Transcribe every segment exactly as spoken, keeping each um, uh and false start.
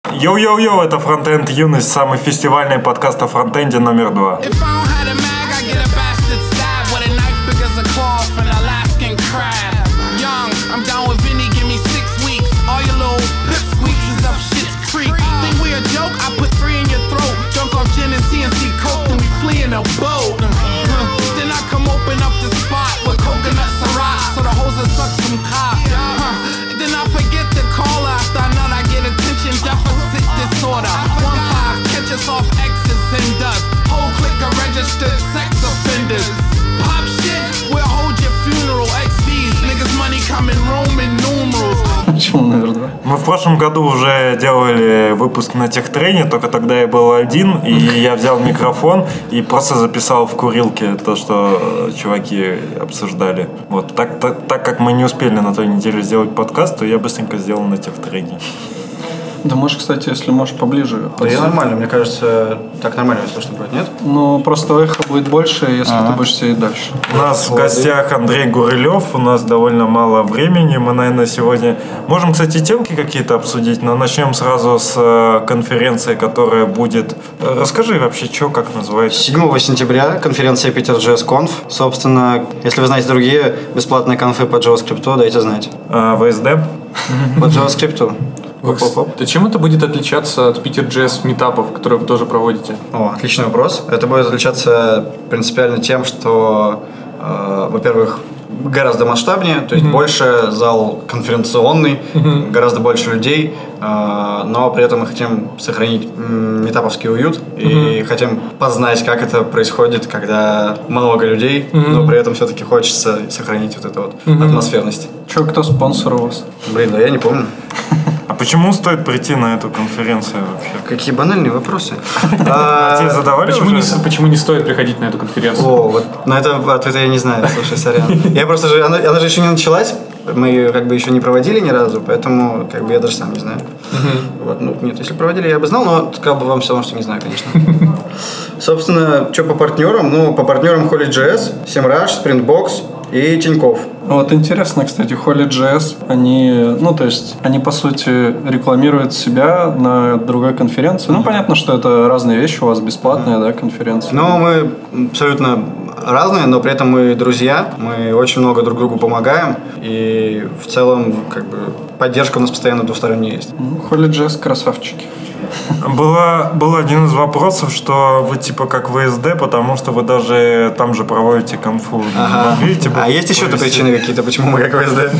Йоу-йоу-йоу, это Фронтенд Юность, самый фестивальный подкаст о фронтенде номер два. Почему номер два? Мы в прошлом году уже делали выпуск на Техтрене, только тогда я был один, и я взял микрофон и просто записал в курилке то, что чуваки обсуждали. Вот так, так, так как мы не успели на той неделе сделать подкаст, то я быстренько сделал на Техтрене. Да можешь, кстати, если можешь поближе. Да я нормально, мне кажется, так нормально слышно будет, нет? Ну, просто эхо будет больше, если А-а-а. ты будешь сидеть дальше. У нас в гостях Андрей Гурилев, у нас довольно мало времени, мы, наверное, сегодня... Можем, кстати, темки какие-то обсудить, но начнем сразу с конференции, которая будет... Расскажи вообще, что, как называется? седьмого сентября конференция Питер.js.conf. Собственно, если вы знаете другие бесплатные конфы по JavaScript, дайте знать. А, ви эс ди? По JavaScript. Да чем это будет отличаться от Питер.js митапов, которые вы тоже проводите? О, отличный вопрос. Это будет отличаться принципиально тем, что, э, во-первых, гораздо масштабнее, то есть mm-hmm. больше зал конференционный, mm-hmm. гораздо больше людей, э, но при этом мы хотим сохранить митаповский уют mm-hmm. и хотим познать, как это происходит, когда много людей, mm-hmm. но при этом все-таки хочется сохранить вот эту вот mm-hmm. атмосферность. Че, кто спонсор у вас? Блин, да я не помню. А почему стоит прийти на эту конференцию вообще? Какие банальные вопросы. А тебе задавали почему уже? Не, почему не стоит приходить на эту конференцию? О, вот на это ответа я не знаю, слушай, сорян. Я просто же, она, она же еще не началась, мы ее как бы еще не проводили ни разу, поэтому как бы я даже сам не знаю. Uh-huh. Вот, ну, нет, если проводили, я бы знал, но сказал бы вам все равно, что не знаю, конечно. Собственно, что по партнерам? Ну, по партнерам Holy.js, Semrush, Sprintbox и Тинькофф. Вот интересно, кстати, Holy.js, они, ну, то есть, они, по сути, рекламируют себя на другой конференции. Ну, понятно, что это разные вещи, у вас бесплатная, да, конференция. Ну, мы абсолютно разные, но при этом мы друзья, мы очень много друг другу помогаем, и в целом, как бы, поддержка у нас постоянно двусторонняя есть. Holy.js красавчики. Было, был один из вопросов, что вы типа как ви эс ди, потому что вы даже там же проводите конфу. Ага. Видите, а есть еще-то причины какие-то, почему мы как ви эс ди?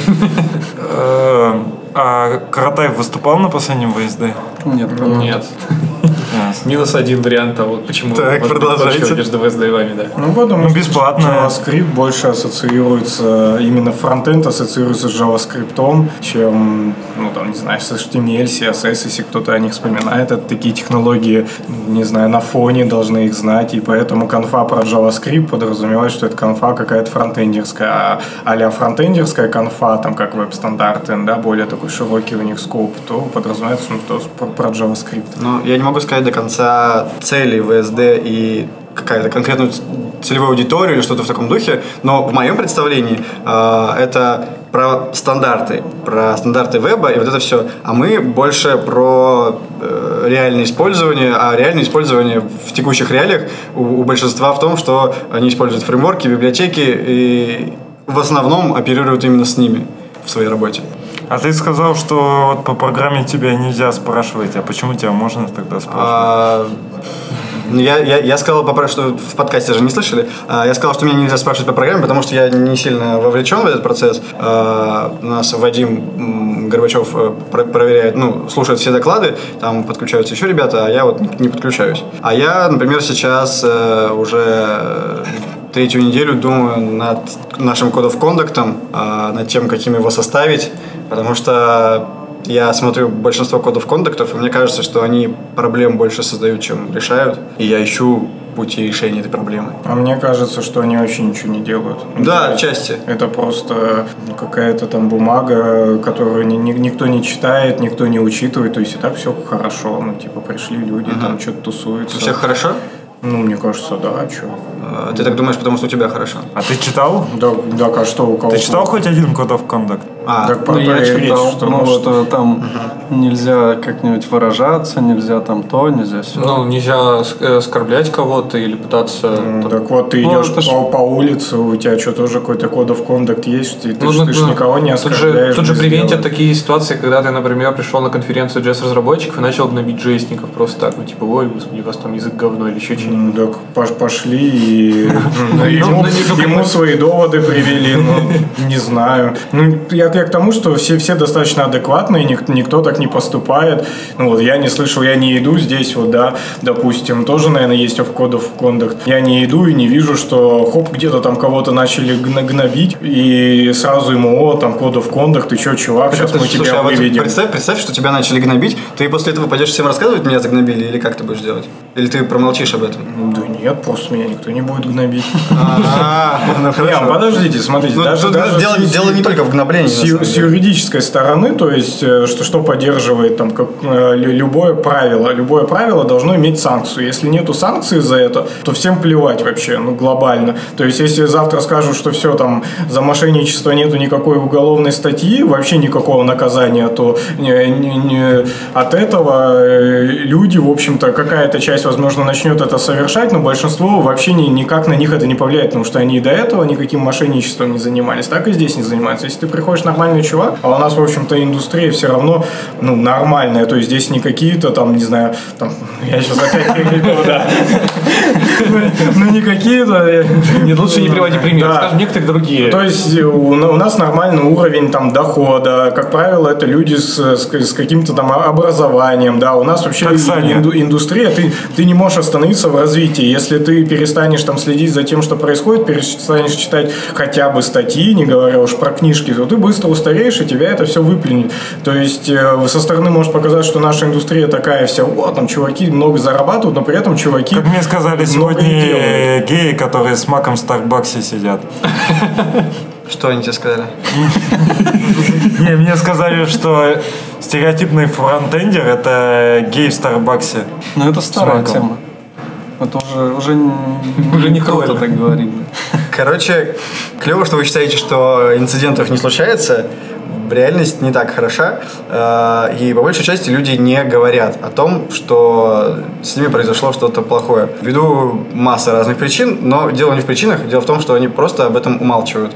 А Каратаев выступал на последнем ви эс ди? Нет. Нет. Минус один вариант, а вот почему так, продолжайте. Между ви эс ди и вами, да. Ну, потому ну, бесплатно. JavaScript больше ассоциируется, именно фронтенд ассоциируется с JavaScript, чем, ну, там, не знаю, с эйч ти эм эль, си эс эс, если кто-то о них вспоминает. Это такие технологии, не знаю, на фоне должны их знать, и поэтому конфа про JavaScript подразумевает, что это конфа какая-то фронтендерская, а а-ля фронтендерская конфа, там, как веб-стандарты, да, более такой широкий у них скоп, то подразумевается, ну, что про, про JavaScript. Ну, я не могу сказать до конца цели ви эс ди и какая-то конкретную целевую аудиторию или что-то в таком духе, но в моем представлении э, это про стандарты, про стандарты веба и вот это все. А мы больше про э, реальное использование, а реальное использование в текущих реалиях у, у большинства в том, что они используют фреймворки, библиотеки и в основном оперируют именно с ними в своей работе. А ты сказал, что вот по программе тебя нельзя спрашивать, а почему тебя можно тогда спрашивать? А, я, я, я сказал, что в подкасте же не слышали, я сказал, что меня нельзя спрашивать по программе, потому что я не сильно вовлечен в этот процесс. У нас Вадим Горбачев проверяет, ну, слушает все доклады, там подключаются еще ребята, а я вот не подключаюсь. А я, например, сейчас уже третью неделю думаю над нашим Code of Conduct, над тем, каким его составить, потому что я смотрю большинство кодов контактов, и мне кажется, что они проблем больше создают, чем решают. И я ищу пути решения этой проблемы. А мне кажется, что они вообще ничего не делают. Да, отчасти. Это просто какая-то там бумага, которую ни, ни, никто не читает, никто не учитывает. То есть и так все хорошо. Ну, типа, пришли люди, uh-huh. там что-то тусуются. У всех хорошо? Ну, мне кажется, да, а что? Ты так думаешь, потому что у тебя хорошо. А ты читал? Да, да, а что у кого? Ты читал хоть один Code of Conduct? А, Так, Ну, про я это и читал, речь, что, ну, может, что там нельзя как-нибудь выражаться, нельзя там то, нельзя все. Ну, нельзя ск- оскорблять кого-то или пытаться... Ну, там- так вот, ты Ну, идешь это ж- по, по улице, у тебя что, тоже какой-то Code of Conduct есть, и ты, Ну, ж, ну, ты ж ну, никого не тут оскорбляешь. же, тут же без привентят дела. такие ситуации, когда ты, например, пришел на конференцию джейс-разработчиков и начал гнобить джейсников просто так, ну типа, ой, господи, у вас там язык говно или еще что-нибудь. Ну, так пош- пошли и ну, ему, ну, не только ему мы. свои доводы привели, ну, не знаю. Ну, я, я к тому, что все, все достаточно адекватные, ник- никто так не поступает. Ну, вот я не слышал, я не иду здесь, вот, да, допустим, тоже, наверное, есть в Code of Conduct. Я не иду и не вижу, что, хоп, где-то там кого-то начали гна- гнобить, и сразу ему, о, там, Code of Conduct, ты чё, чувак, сейчас мы Слушай, тебя а вот выведем. представь, представь, что тебя начали гнобить, ты после этого пойдешь всем рассказывать, меня загнобили, или как ты будешь делать? Или ты промолчишь об этом? Да нет, просто меня никто не будет гнобить. А, ну Не, хорошо. подождите, смотрите, Ну, даже, тут даже дело, с- дело не только в гноблении. С, на ю- самом с деле. юридической стороны, то есть, э, что, что поддерживает там, как, э, лю- любое правило. Любое правило должно иметь санкцию. Если нету санкции за это, то всем плевать вообще, ну, глобально. То есть, если завтра скажут, что все, там, за мошенничество нету никакой уголовной статьи, вообще никакого наказания, то не- не- не- от этого э, люди, в общем-то, какая-то часть, возможно, начнет это совершать, но большинство вообще ни- никак на них это не повлияет, потому что они и до этого никаким мошенничеством не занимались, так и здесь не занимаются. Если ты приходишь нормальный чувак, а у нас, в общем-то, индустрия все равно, ну, нормальная, то есть здесь не какие-то там, не знаю, там, я сейчас опять перейду, да, ну, не какие-то... Не, лучше не приводи пример, Да. скажем, некоторые другие. То есть у, у нас нормальный уровень там дохода, как правило, это люди с, с, с каким-то там образованием, да, у нас вообще Как Саня. инду- индустрия, ты, ты не можешь остановиться в развитии, если ты перестанешь там следить за тем, что происходит, перестанешь читать хотя бы статьи, не говоря уж про книжки, то ты быстро устареешь, и тебя это все выплюнет. То есть э, со стороны может показать, что наша индустрия такая вся, вот, там чуваки много зарабатывают, но при этом чуваки Как мне сказали много сегодня не делают. геи, которые с маком в Старбаксе сидят. Что они тебе сказали? Не, мне сказали, что стереотипный фронтендер — это гей в Старбаксе. Ну, это старая Смаком. тема. Это уже, уже, н- Уже не круто актуально. так говорить. Короче, клево, что вы считаете, что инцидентов не случается. Реальность не так хороша, э, и по большей части люди не говорят о том, что с ними произошло что-то плохое. Ввиду массы разных причин, но дело не в причинах, дело в том, что они просто об этом умалчивают.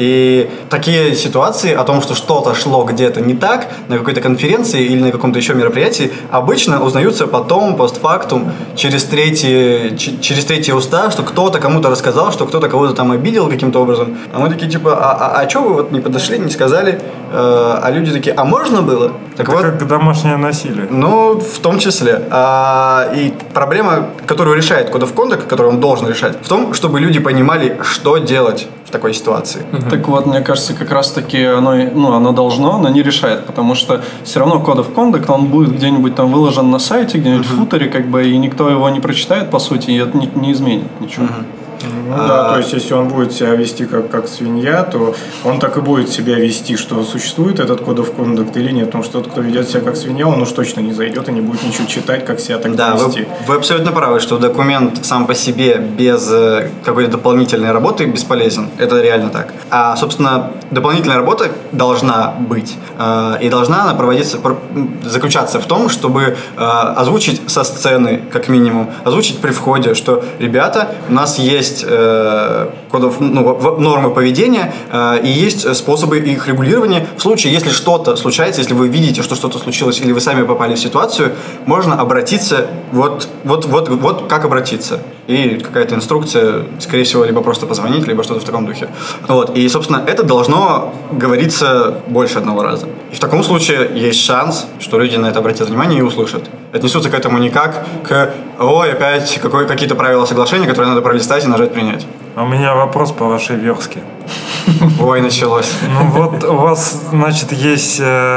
И такие ситуации о том, что что-то шло где-то не так, на какой-то конференции или на каком-то еще мероприятии, обычно узнаются потом, постфактум, через третьи, ч- через третьи уста, что кто-то кому-то рассказал, что кто-то кого-то там обидел каким-то образом. А мы такие, типа, а, а, а что вы вот не подошли, не сказали? Э, а люди такие, а можно было? Так Это вот, как домашнее насилие. ну, в том числе. А, и проблема, которую решает Code of Conduct, которую он должен решать, в том, чтобы люди понимали, что делать в такой ситуации. Так вот, мне кажется, как раз-таки оно, и- ну, оно должно, но не решает, потому что все равно Code of Conduct, он будет где-нибудь там выложен на сайте, где-нибудь в футере, как бы, и никто его не прочитает, по сути, и это не, не изменит ничего. Ну да, то есть если он будет себя вести как, как свинья, то он так и будет себя вести, что существует этот Code of Conduct или нет. Потому что тот, кто ведет себя как свинья, он уж точно не зайдет и не будет ничего читать, как себя так Да, вести. вы, вы абсолютно правы, что документ сам по себе без э, какой-то дополнительной работы бесполезен. Это реально так. А, собственно, дополнительная работа должна быть. Э, и должна она проводиться, пр- заключаться в том, чтобы э, озвучить со сцены, как минимум, озвучить при входе, что, ребята, у нас есть э, кодов, ну, в- нормы поведения э, и есть способы их регулирования. В случае, если что-то случается, если вы видите, что что-то случилось, или вы сами попали в ситуацию, можно обратиться, вот, вот, вот, вот как обратиться. И какая-то инструкция, скорее всего, либо просто позвонить, либо что-то в таком духе. Вот. И, собственно, это должно говориться больше одного раза. И в таком случае есть шанс, что люди на это обратят внимание и услышат. Отнесутся к этому не как к «Ой, опять какое, какие-то правила соглашения, которые надо пролистать и нажать «Принять». А у меня вопрос по вашей верстке. Ой, началось. Ну вот у вас, значит, есть э,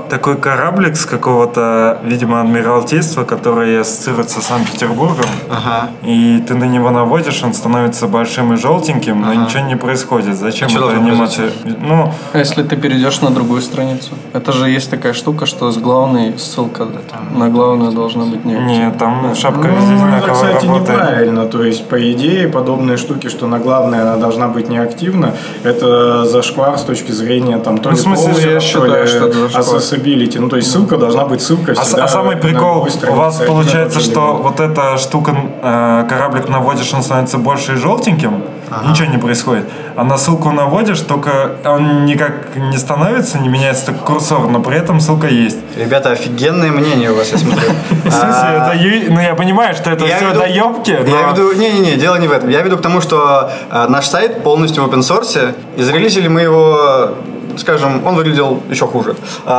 такой кораблик с какого-то, видимо, адмиралтейства, который ассоциируется с Санкт-Петербургом. Ага. И ты на него наводишь, он становится большим и желтеньким, но ага. ничего не происходит. Зачем а эта анимация? Ну, а если ты перейдешь на другую страницу? Это же есть такая штука, что с главной ссылка на главную должна быть не. Нет, там шапка ну, везде одинаково это, кстати, работает. Неправильно. То есть, по идее, подобные штуки, что на главной она должна быть неактивна, это зашквар с точки зрения там то ли ну, в смысле, ползера, я считаю, то ли что это accessibility. Ну, то есть ссылка должна быть ссылка всегда. А, а самый прикол, у вас получается, что вот эта штука, э, кораблик наводишь, он становится больше и желтеньким, ага. ничего не происходит. А на ссылку наводишь, только он никак не становится, не меняется только курсор, но при этом ссылка есть. Ребята, офигенное мнение у вас, я смотрю. В смысле, это ю... ну я понимаю, что это все доебки, но... Я веду... Не-не-не, дело не в этом. Я веду к тому, что наш сайт полностью в open source, и зарелизили мы его... Скажем, он выглядел еще хуже.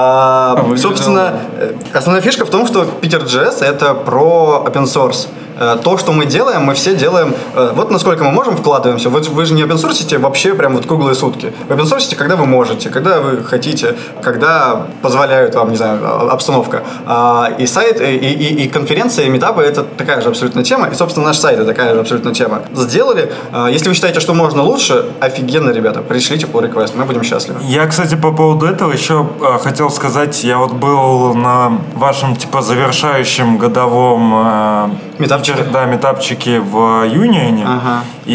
А, а, собственно, основная фишка в том, что Питер.js это про open source. То, что мы делаем, мы все делаем... Вот насколько мы можем, вкладываемся. Вы, вы же не опенсорсите вообще прям вот круглые сутки. Вы опенсорсите, когда вы можете, когда вы хотите, когда позволяют вам, не знаю, обстановка. И сайт, и, и, и конференция, и митапы — это такая же абсолютно тема. И, собственно, наш сайт — это такая же абсолютно тема. Сделали. Если вы считаете, что можно лучше, офигенно, ребята. Пришлите pull request, мы будем счастливы. Я, кстати, по поводу этого еще хотел сказать, я вот был на вашем, типа, завершающем годовом... Метапчики. Да, метапчики в Юнионе. Ага.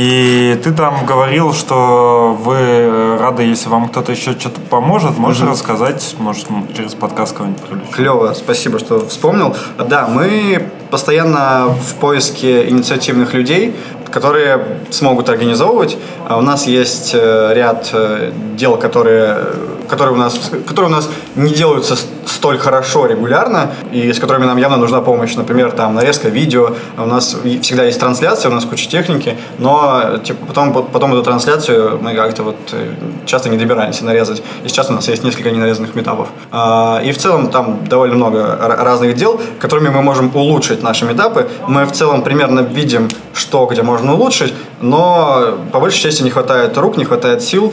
И ты там говорил, что вы рады, если вам кто-то еще что-то поможет. Можешь угу. рассказать, может, через подкаст кого-нибудь привлечь? Клево, спасибо, что вспомнил. Да, мы постоянно в поиске инициативных людей, которые смогут организовывать. У нас есть ряд дел, которые, которые, у нас, которые у нас не делаются столь хорошо регулярно, и с которыми нам явно нужна помощь. Например, там нарезка видео, у нас всегда есть трансляция, у нас куча техники, но типа, потом, потом эту трансляцию мы как-то вот часто не добираемся нарезать. И сейчас у нас есть несколько ненарезанных митапов. И в целом там довольно много разных дел, которыми мы можем улучшить наши митапы. Мы в целом примерно видим, что где можно улучшить, но по большей части не хватает рук, не хватает сил,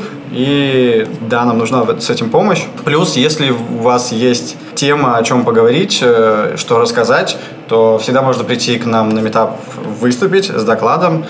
и да, нам нужна с этим помощь. Плюс, если у вас есть тема, о чем поговорить, что рассказать, то всегда можно прийти к нам на митап выступить с докладом.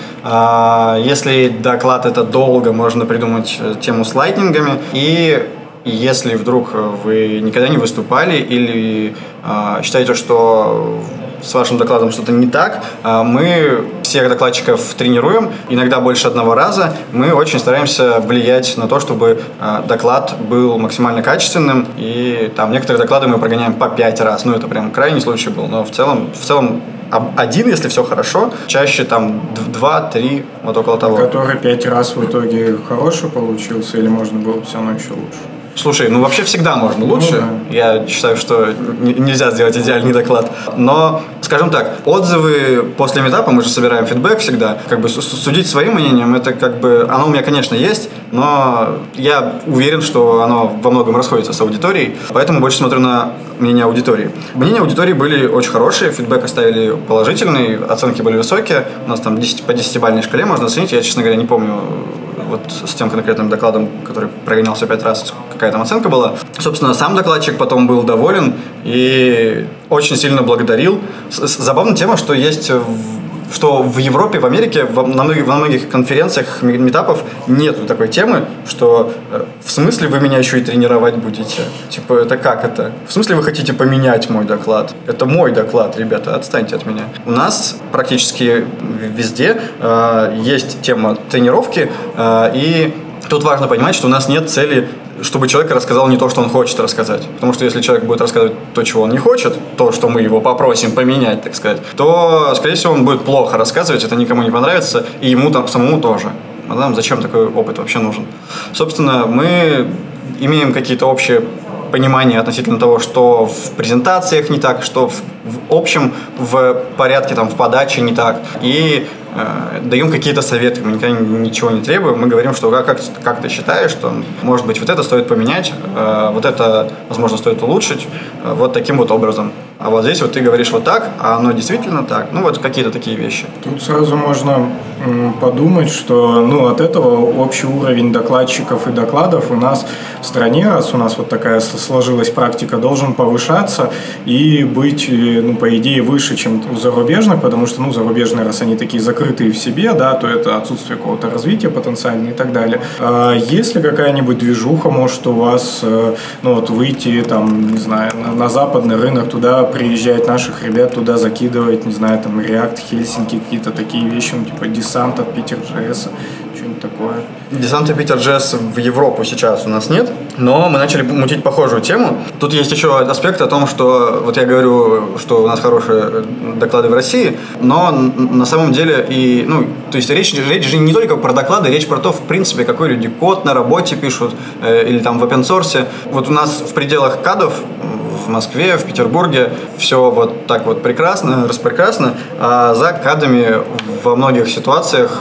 Если доклад это долго, можно придумать тему с лайтнингами. И если вдруг вы никогда не выступали или считаете, что с вашим докладом что-то не так, мы всех докладчиков тренируем, иногда больше одного раза. Мы очень стараемся влиять на то, чтобы доклад был максимально качественным, и там некоторые доклады мы прогоняем по пять раз. Ну, это прям крайний случай был, но в целом, в целом один, если все хорошо, чаще там два-три, вот около того. Который пять раз в итоге хороший получился, или можно было все равно еще лучше? Слушай, ну вообще всегда можно лучше. Ну, да. Я считаю, что н- нельзя сделать идеальный доклад. Но, скажем так, отзывы после митапа, мы же собираем фидбэк всегда. Как бы судить своим мнением, это как бы... Оно у меня, конечно, есть, но я уверен, что оно во многом расходится с аудиторией. Поэтому больше смотрю на мнение аудитории. Мнения аудитории были очень хорошие, фидбэк оставили положительный, оценки были высокие. У нас там десять, по десятибалльной шкале можно оценить. Я, честно говоря, не помню вот с тем конкретным докладом, который прогонялся пять раз, какая там оценка была. Собственно, сам докладчик потом был доволен и очень сильно благодарил. Забавная тема, что есть... что в Европе, в Америке, во, на многих, во многих конференциях, митапов нет такой темы, что в смысле вы меня еще и тренировать будете? Типа, это как это? В смысле вы хотите поменять мой доклад? Это мой доклад, ребята, отстаньте от меня. У нас практически везде э, есть тема тренировки, э, и тут важно понимать, что у нас нет цели, чтобы человек рассказал не то, что он хочет рассказать. Потому что если человек будет рассказывать то, чего он не хочет, то, что мы его попросим поменять, так сказать, то, скорее всего, он будет плохо рассказывать, это никому не понравится, и ему там самому тоже. А нам зачем такой опыт вообще нужен? Собственно, мы имеем какие-то общие понимание относительно того, что в презентациях не так, что в, в общем в порядке, там, в подаче не так. И э, даем какие-то советы. Мы никогда ничего не требуем. Мы говорим, что как, как ты считаешь, что, может быть, вот это стоит поменять, э, вот это, возможно, стоит улучшить. Э, вот таким вот образом. а вот здесь вот ты говоришь вот так, а оно действительно так. Ну, вот какие-то такие вещи. Тут сразу можно подумать, что ну, от этого общий уровень докладчиков и докладов у нас в стране, раз у нас вот такая сложилась практика, должен повышаться и быть, ну, по идее, выше, чем у зарубежных, потому что, ну, зарубежные, раз они такие закрытые в себе, да, то это отсутствие какого-то развития потенциального и так далее. А если какая-нибудь движуха может у вас, ну, вот выйти, там, не знаю, на, на западный рынок, туда приезжать наших ребят, туда закидывать, не знаю, там, React, Helsinki, какие-то такие вещи, ну, типа Десант от Питер.js, что-нибудь такое. Десанта Питер.js в Европу сейчас у нас нет, но мы начали мутить похожую тему. Тут есть еще аспект о том, что, вот я говорю, что у нас хорошие доклады в России, но на самом деле, и, ну, то есть речь, речь же не только про доклады, речь про то, в принципе, какой люди код на работе пишут, э, или там в open source. Вот у нас в пределах кадов в Москве, в Петербурге все вот так вот прекрасно, распрекрасно, а за кадами во многих ситуациях,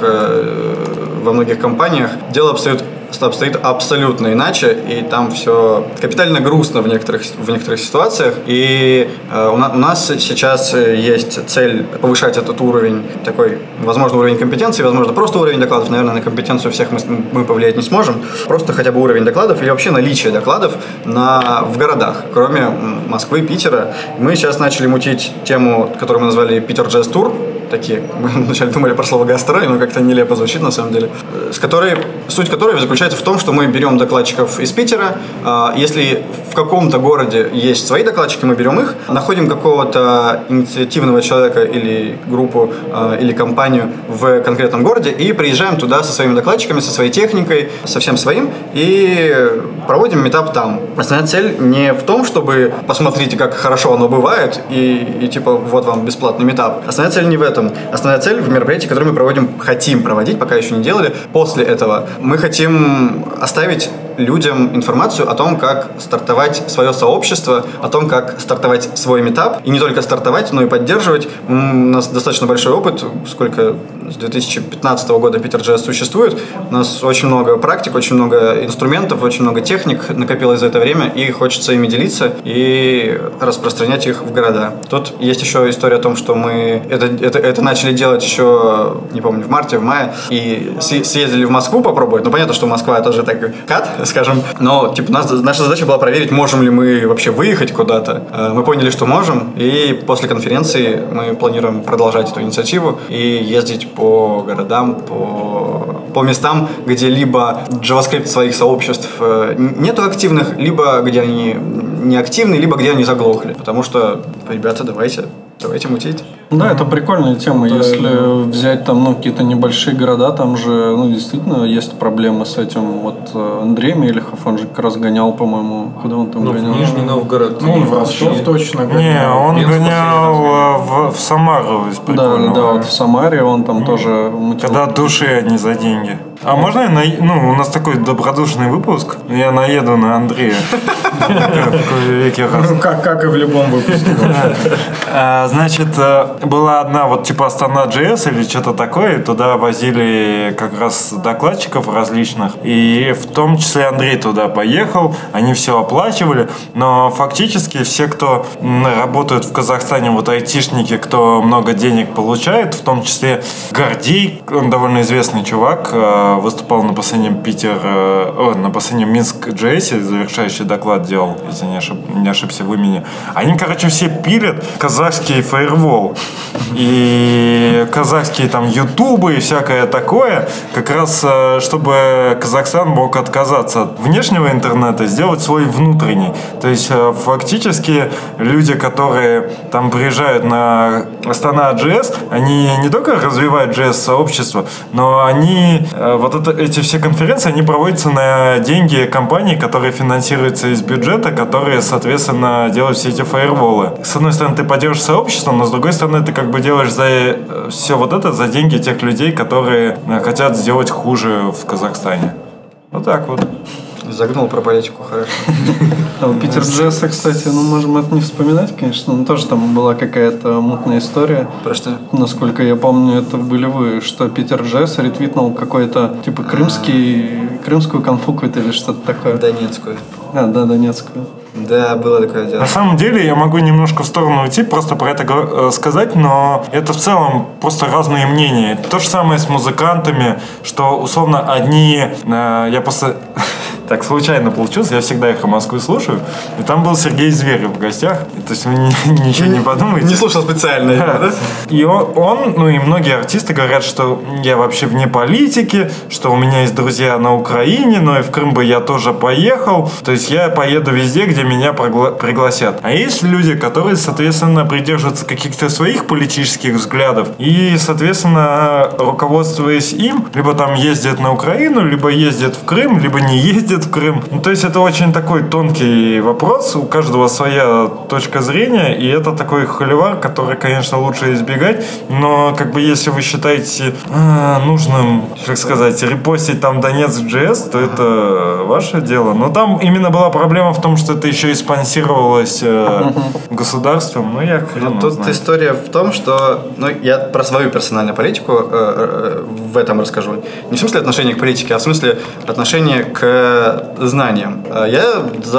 во многих компаниях дело обстоит, обстоит абсолютно иначе, и там все капитально грустно в некоторых, в некоторых ситуациях. И э, у, на, у нас сейчас есть цель повышать этот уровень, такой, возможно, уровень компетенции, возможно, просто уровень докладов. Наверное, на компетенцию всех мы, мы повлиять не сможем. Просто хотя бы уровень докладов или вообще наличие докладов на, в городах, кроме Москвы, Питера. Мы сейчас начали мутить тему, которую мы назвали Питер.js Tour. Такие, мы вначале думали про слово гастроль, но как-то нелепо звучит на самом деле. С которой, суть которой заключается в том, что мы берем докладчиков из Питера. Если в каком-то городе есть свои докладчики, мы берем их, находим какого-то инициативного человека или группу, или компанию в конкретном городе и приезжаем туда со своими докладчиками, со своей техникой, со всем своим и проводим митап там. Основная цель не в том, чтобы посмотрите, как хорошо оно бывает и, и типа вот вам бесплатный митап. Основная цель не в этом. Основная цель в мероприятии, которое мы проводим, хотим проводить, пока еще не делали. После этого мы хотим оставить людям информацию о том, как стартовать свое сообщество, о том, как стартовать свой митап. И не только стартовать, но и поддерживать. У нас достаточно большой опыт. Сколько с две тысячи пятнадцатого года Питер.js существует. У нас очень много практик, очень много инструментов, очень много техник накопилось за это время. И хочется ими делиться и распространять их в города. Тут есть еще история о том, что мы это, это, это начали делать еще, не помню, в марте, в мае. И съездили в Москву попробовать. Ну, понятно, что Москва это же так кат, скажем. Но, типа, нас, наша задача была проверить, можем ли мы вообще выехать куда-то. Мы поняли, что можем, и после конференции мы планируем продолжать эту инициативу и ездить по городам, по, по местам, где либо JavaScript своих сообществ нету активных, либо где они не активны, либо где они заглохли. Потому что, ребята, давайте, давайте мутить. Да, это прикольная тема. Да, если да. взять там, ну, какие-то небольшие города, там же, ну, действительно есть проблемы с этим. Вот Андрей Мелехов, он же как раз гонял, по-моему, куда он там ну, гонял? В Нижний Новгород. Ну, он в Ростов точно гонял. Не, он Пенск гонял в, в Самару из прикольного. Да, да, вот в Самаре он там mm. тоже мутил. Когда души одни за деньги. А можно я, на... ну, у нас такой добродушный выпуск, я наеду на Андрея. Как и в любом выпуске. Значит, была одна вот типа Астана.js или что-то такое, туда возили как раз докладчиков различных, и в том числе Андрей туда поехал, они все оплачивали, но фактически все, кто работает в Казахстане, вот айтишники, кто много денег получает, в том числе Гордей, он довольно известный чувак, выступал на последнем Питер, о, на последнем Минск.js, завершающий доклад делал, если не, ошиб, не ошибся в имени. Они, короче, все пилят казахский фаервол и казахские там ютубы и всякое такое, как раз чтобы Казахстан мог отказаться от внешнего интернета и сделать свой внутренний. То есть фактически люди, которые там приезжают на Астана.js, они не только развивают джей эс-сообщество, но они, вот это, эти все конференции, они проводятся на деньги компаний, которые финансируются из бюджета, которые, соответственно, делают все эти фаерволы. С одной стороны, ты поддерживаешь сообщество, но с другой стороны, ты как бы делаешь за все вот это за деньги тех людей, которые хотят сделать хуже в Казахстане. Вот так вот. Загнул про политику, хорошо. А у Питер.js, кстати, ну, можем это не вспоминать, конечно, но тоже там была какая-то мутная история. Про что? Насколько я помню, это были вы, что Питер.js ретвитнул какой-то, типа, крымский, крымскую конфу какую-то или что-то такое. Донецкую. А, да, Донецкую. Да, было такое дело. На самом деле я могу немножко в сторону уйти, просто про это э, сказать, но это в целом просто разные мнения. То же самое с музыкантами, что условно одни... Э, я просто... Так случайно получилось, я всегда «Эхо Москвы» слушаю, и там был Сергей Зверев в гостях, то есть вы ни, ничего не подумайте. Не слушал специально, да? Да. И он, он, ну и многие артисты говорят, что я вообще вне политики, что у меня есть друзья на Украине, но и в Крым бы я тоже поехал, то есть я поеду везде, где меня прогла- пригласят. А есть люди, которые, соответственно, придерживаются каких-то своих политических взглядов и, соответственно, руководствуясь им, либо там ездят на Украину, либо ездят в Крым, либо не ездят в Крым. Ну, то есть это очень такой тонкий вопрос, у каждого своя точка зрения, и это такой холивар, который, конечно, лучше избегать, но как бы если вы считаете э, нужным, как сказать, репостить там Donetsk.js, то это ваше дело. Но там именно была проблема в том, что это еще и спонсировалось э, государством, ну я хрен Тут знаю. история в том, что, ну, я про свою персональную политику э, э, в этом расскажу. Не в смысле отношения к политике, а в смысле отношения к знаниям. Я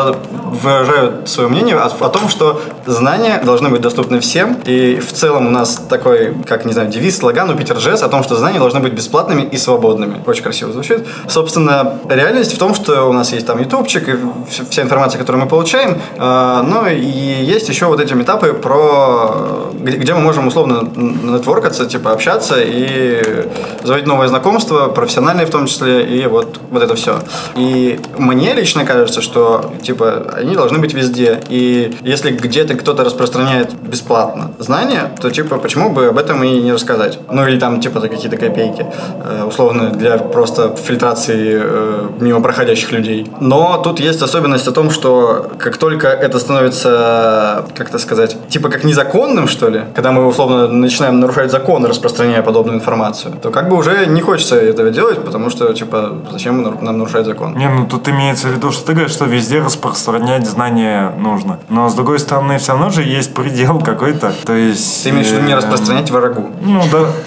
выражаю свое мнение о, о том, что знания должны быть доступны всем, и в целом у нас такой, как, не знаю, девиз, слоган у Питер.джес о том, что знания должны быть бесплатными и свободными. Очень красиво звучит. Собственно, реальность в том, что у нас есть там ютубчик и вся информация, которую мы получаем, но и есть еще вот эти митапы про... где мы можем условно нетворкаться, типа общаться и заводить новые знакомства, профессиональные в том числе, и вот, вот это все. И мне лично кажется, что типа они должны быть везде. И если где-то кто-то распространяет бесплатно знания, то типа почему бы об этом и не рассказать? Ну или там типа за какие-то копейки, э, условно для просто фильтрации э, мимо проходящих людей. Но тут есть особенность о том, что как только это становится, как это сказать, типа как незаконным, что ли, когда мы условно начинаем нарушать закон, распространяя подобную информацию, то как бы уже не хочется этого делать, потому что типа зачем нам нарушать закон? Не, ну тут имеется в виду, что ты говоришь, что везде распространять знания нужно. Но с другой стороны, все равно же есть предел какой-то. То есть... Ты имеешь в виду не распространять врагу? Ну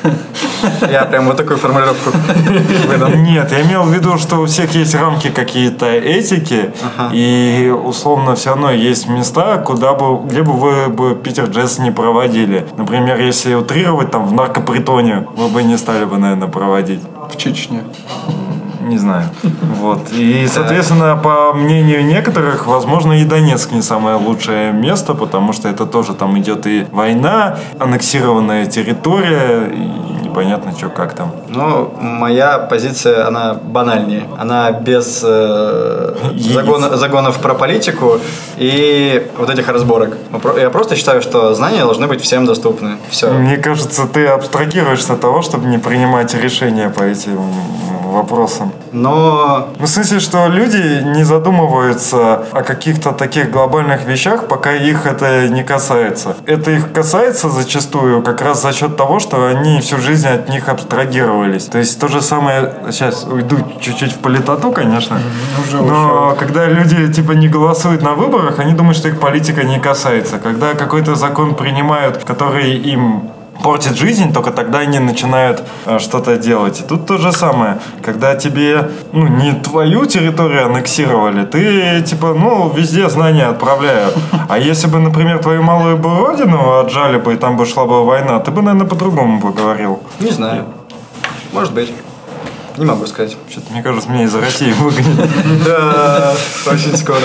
да. Я прям вот такую формулировку выдал. Нет, я имел в виду, что у всех есть рамки какие-то этики, ага. И условно все равно есть места, куда бы, где бы вы бы Питер.джес не проводили. Например, если утрировать, там в наркопритоне вы бы не стали бы, наверное, проводить. В Чечне. Не знаю. Вот. И, соответственно, по мнению некоторых, возможно, и Донецк не самое лучшее место, потому что это тоже там идет и война, аннексированная территория, и непонятно, что как там. Ну, моя позиция, она банальнее. Она без э, загона, загонов про политику и вот этих разборок. Я просто считаю, что знания должны быть всем доступны. Все. Мне кажется, ты абстрагируешься от того, чтобы не принимать решения по этим вопросам. Но... Ну, в смысле, что люди не задумываются о каких-то таких глобальных вещах, пока их это не касается. Это их касается зачастую как раз за счет того, что они всю жизнь от них абстрагировались. То есть то же самое... Сейчас уйду чуть-чуть в политоту, конечно. Уже но когда люди типа не голосуют на выборах, они думают, что их политика не касается. Когда какой-то закон принимают, который им портит жизнь, только тогда они начинают э, что-то делать. И тут то же самое. Когда тебе, ну, не твою территорию аннексировали, ты, типа, ну, везде знания отправляют. А если бы, например, твою малую бы родину отжали бы, и там бы шла бы война, ты бы, наверное, по-другому бы говорил. Не знаю. Может быть. Не могу сказать. Что-то, мне кажется, меня из России выгонят. Да, очень скоро.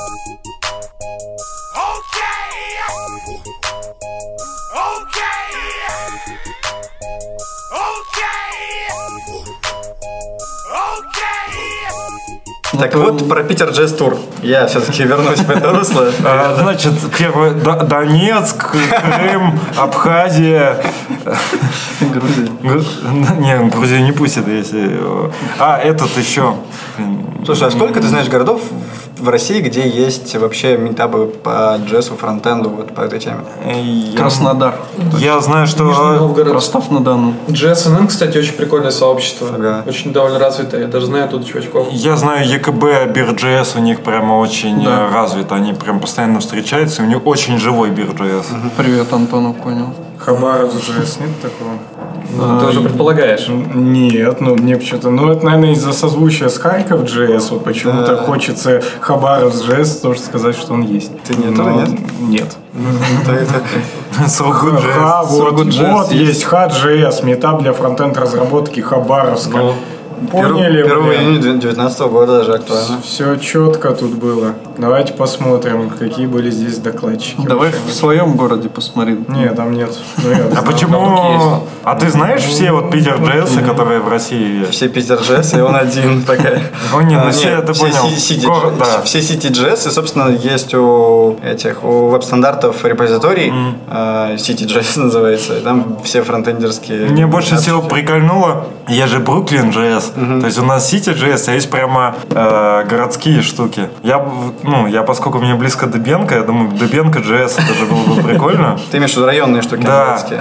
Так вот, про Питер.джес тур. Я все-таки вернусь в это русло. А, значит, первый Донецк, Крым, Абхазия. Грузия. Не, Грузию не пустят, если... А, этот еще. Слушай, а сколько ты знаешь городов в России, где есть вообще митапы по джессу, фронтенду, вот по этой теме? Я... Краснодар. Я знаю, что... Нижний Новгород. Ростов-на-Дону. джей эс эн эн, кстати, очень прикольное сообщество. Ага. Очень довольно развитое. Я даже знаю оттуда чувачков. Я знаю ЕКБ, Бир.джес у них прямо очень да. развит. Они прям постоянно встречаются. У них очень живой Бир.джес. Привет, Антону, понял. Хабаровск джей эс нет такого? Ну, ты уже предполагаешь. Нет, ну мне почему-то... Ну, это, наверное, из-за созвучия с Харьков джей эс. Вот почему-то Да. хочется хочется Хабаровск джей эс тоже сказать, что он есть. Ты не Но оттуда, нет? Нет. То это- Сургут джей эс. Ха, вот, Сургут.js вот есть. есть Ха.джей.эс, метап для фронтенд разработки Хабаровска. Ну, Поняли? первого июня две тысячи девятнадцатого года даже актуально. Все четко тут было. Давайте посмотрим, какие были здесь докладчики. Давай вообще. в своем городе посмотри. Нет, там нет. Ну, я А знаю. почему... А ты знаешь все вот Питер джей эс, которые в России есть? Все Питер джей эс, и он один такая. Ну, не, ну А, все, нет, ты все понял. Си- City Город, J- да. Все City джей эс, и, собственно, есть у этих, у веб-стандартов репозиторий, э, City джей эс называется, и там все фронтендерские... Мне больше всего прикольнуло, я же Бруклин джей эс, то есть у нас City джей эс, а есть прямо э, городские штуки. Я, б- ну, я, поскольку мне близко Дыбенко, я думаю, Дыбенко джей эс, это же было бы прикольно. Ты имеешь в виду районные штуки Да. английские?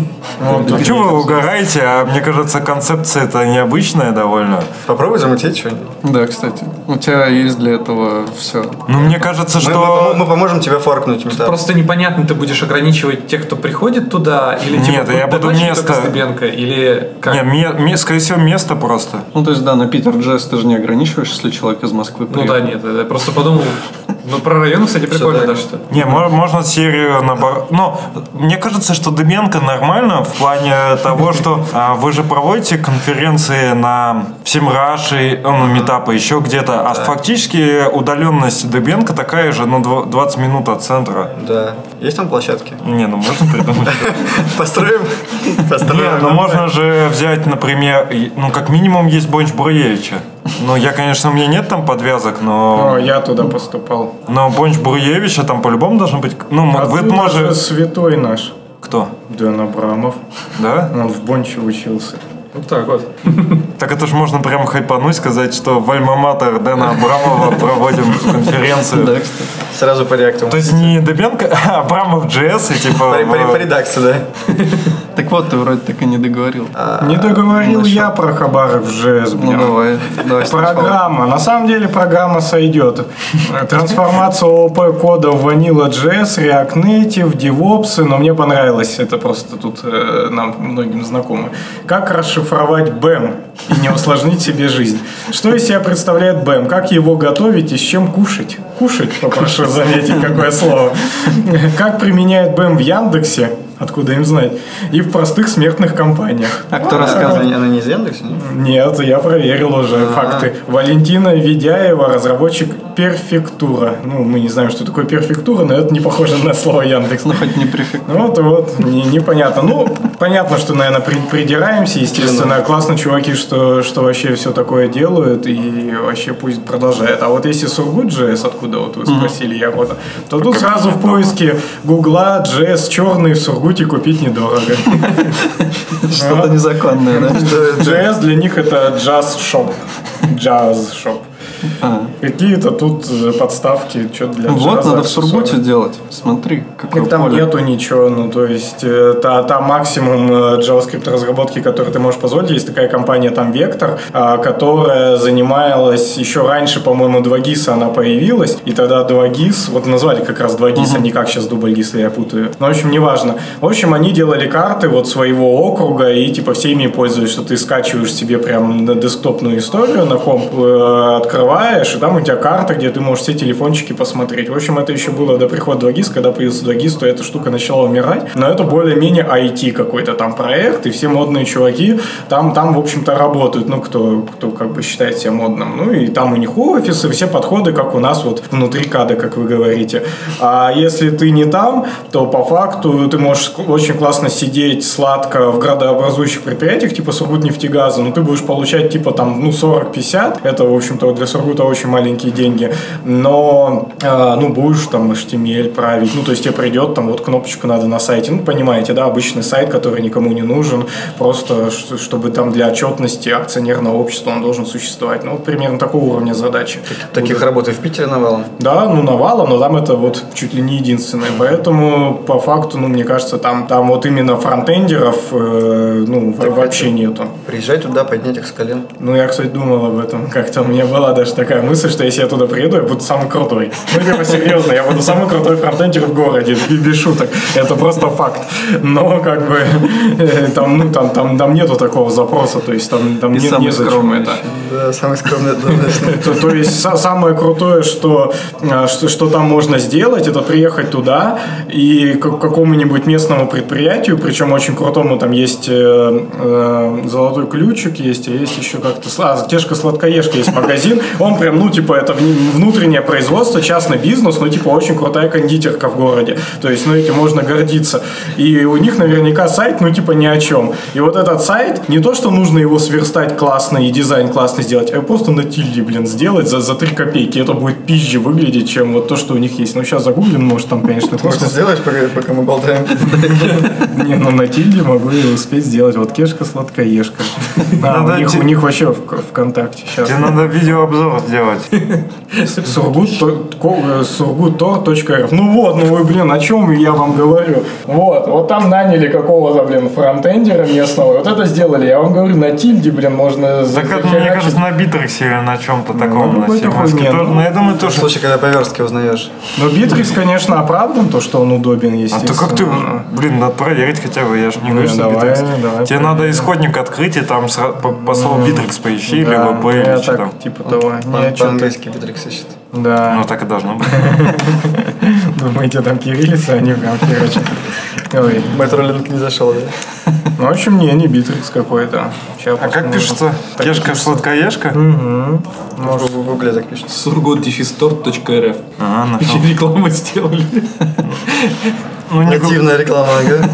Ну, что вы угораете, а мне кажется, концепция это необычная довольно. Попробуй замутить что-нибудь. Да, кстати. У тебя есть для этого все. Ну, мне кажется, Мы, мы что... помо- мы поможем тебе форкнуть метап. просто непонятно, ты будешь ограничивать тех, кто приходит туда, или типа Нет, я будет буду докладчик место. только Стебенко, или как? Не, ме- ме- скорее всего, место просто. Ну, то есть, да, на Питер джей эс ты же не ограничиваешь, если человек из Москвы Ну приехал. да, нет, я просто подумал. Ну, про район, кстати, прикольно, так. да, что. Не, мо- можно серию наоборот. Но мне кажется, что Дыбенко нормально в плане того, что а, вы же проводите конференции на Всемраше, ну, метапы, еще где-то. А фактически удаленность Дыбенко такая же, ну, дв- двадцать минут от центра. Да. Есть там площадки? Не, ну можно придумать. Построим? Построим. Не, ну можно же взять, например, и- ну как минимум есть Бонч Бруевича. Ну я, конечно, у меня нет там подвязок, О, но... я туда поступал. Но Бонч Бруевича там по-любому должен быть... Ну, м- вы Оттуда же можете... святой наш. Кто? Дэн Абрамов. Да? Он в Бонче учился. Вот так вот. Так это же можно прям хайпануть, сказать, что в Альма-Матер Дэна Абрамова проводим конференцию. Да, кстати. Сразу по реакту. То есть не Дыбенко, а Абрамов джей эс и типа... По, по- в- по редакции, да. Так вот, ты вроде так и не договорил. Не договорил я про Хабаровск джей эс. Ну, давай. давай сначала. Программа. На самом деле программа сойдет. Трансформация ООП кода в Vanilla джей эс, React Native, DevOps. Но мне понравилось, это просто тут э, нам многим знакомо. Как расшифровать бэм и не усложнить себе жизнь. Что из себя представляет бэм? Как его готовить и с чем кушать? Кушать, попрошу заметить, какое слово. Как применяет бэм в Яндексе? Откуда им знать? И в простых смертных компаниях. А кто Она, рассказывает? она не из Яндекса? нет? Нет, я проверил уже факты. Валентина Ведяева, разработчик Перфектура. Ну, мы не знаем, что такое перфектура, но это не похоже на слово Яндекс. Ну, хоть не префект. Ну, вот, вот, не- непонятно. Ну, понятно, что, наверное, при- придираемся, естественно. Классно, чуваки, что, что вообще все такое делают, и вообще пусть продолжают. А вот если Сургут джей эс, откуда вот вы спросили, я вот, то тут сразу в поиске Гугла джей эс черный в Сургуте купить недорого. Что-то незаконное, да? джей эс для них это Jazz Shop. Jazz Shop. А. Какие-то тут э, подставки, что для Вот, джаза, надо в Сургуте аксессуары. делать. Смотри, какое Так там поле. нету ничего, ну то есть э, та, там максимум э, JavaScript разработки, который ты можешь позволить. Есть такая компания там Vector, а, которая занималась еще раньше, по-моему, два гис она появилась, и тогда два гис, вот назвали как раз два гис, а не как сейчас дубль гис, я путаю. Ну, в общем, неважно. В общем, они делали карты вот своего округа, и типа все ими пользуются, что ты скачиваешь себе прям на десктопную историю, на комп э, открываешь, и там у тебя карта, где ты можешь все телефончики посмотреть. В общем, это еще было до прихода два гис, когда появился два гис, то эта штука начала умирать, но это более-менее ай ти какой-то там проект, и все модные чуваки там, там в общем-то, работают, ну, кто, кто как бы считает себя модным. Ну, и там у них офисы, все подходы, как у нас вот внутри када, как вы говорите. А если ты не там, то по факту ты можешь очень классно сидеть сладко в градообразующих предприятиях, типа Сургутнефтегаза, но ты будешь получать типа там, ну, сорок-пятьдесят, это, в общем-то, для Сургута очень маленькие деньги, но, э, ну, будешь там эйч ти эм эль править, ну, то есть тебе придет, там, вот кнопочку надо на сайте, ну, понимаете, да, обычный сайт, который никому не нужен, просто, ш- чтобы там для отчетности акционерного общества он должен существовать, ну, вот примерно такого уровня задачи. Таких работ и в Питере навалом. Да, ну, навалом, но там это вот чуть ли не единственное, поэтому, по факту, ну, мне кажется, там, там вот именно фронтендеров, э, ну, в- вообще нету. Приезжай туда, поднять их с колен. Ну, я, кстати, думал об этом как-то. У меня была даже знаешь, такая мысль, что если я туда приеду, я буду самый крутой. Ну, типа, серьезно, я буду самый крутой фронтендер в городе, без шуток. Это просто факт. Но, как бы, там, ну, там, там, там нету такого запроса, то есть там, там не, не зачем это. Да, самый скромный, однозначно. То, то есть самое крутое, что, что, что там можно сделать, это приехать туда и к какому-нибудь местному предприятию, причем очень крутому, там есть э, э, золотой ключик, есть, а есть еще как-то, а, Тешка-сладкоежка есть магазин, он прям, ну, типа, это внутреннее производство, частный бизнес, ну, типа, очень крутая кондитерка в городе, то есть, ну, этим можно гордиться. И у них наверняка сайт, ну, типа, ни о чем. И вот этот сайт, не то, что нужно его сверстать классно и дизайн классно сделать, а просто на тильде, блин, сделать за, за три копейки. Это будет пизже выглядеть, чем вот то, что у них есть. Ну, сейчас загуглим, может, там, конечно, Может, ты сделаешь, пока, пока мы болтаем? Не, ну, на тильде могу и успеть сделать. Вот Кешка-сладкоежка. А, у них, у них вообще в ВКонтакте сейчас. Тебе надо видеообзор сделать. сургуттор точка эр эф. Ну вот, ну вы, блин, о чем я вам говорю? Вот, вот там наняли какого-то, блин, фронтендера местного. Вот это сделали. Я вам говорю, на тильде, блин, можно... Так это, мне кажется, на Битриксе или на чем-то таком. Ну, на Симонске. Ну, я думаю, тоже... Слушай, когда по верстке узнаешь. Ну, Битрикс, конечно, оправдан, то, что он удобен, А естественно. то как ты, блин, надо проверить хотя бы, я же не говорю, Ну, что давай, Битрикс. давай, Тебе надо исходник открыть и там сра- по, по слову Битрикс поищи, или Да, ВП, я или что так, там. типа того. Не, По- что-то- По-английски Битрикс ищет. Да. Ну, так и должно быть. Думаете, там кириллица, они прям, короче. Ой. Мэтролинг не зашел, да? Ну, в общем, не, не Битрикс какой-то. Сейчас А как пишется? Кешка-сладкоежка? Может, в гугле так пишет. сургут дефис торт точка эр эф. Ага, нашел. Еще рекламу сделали. Ну, не Нативная реклама, ага.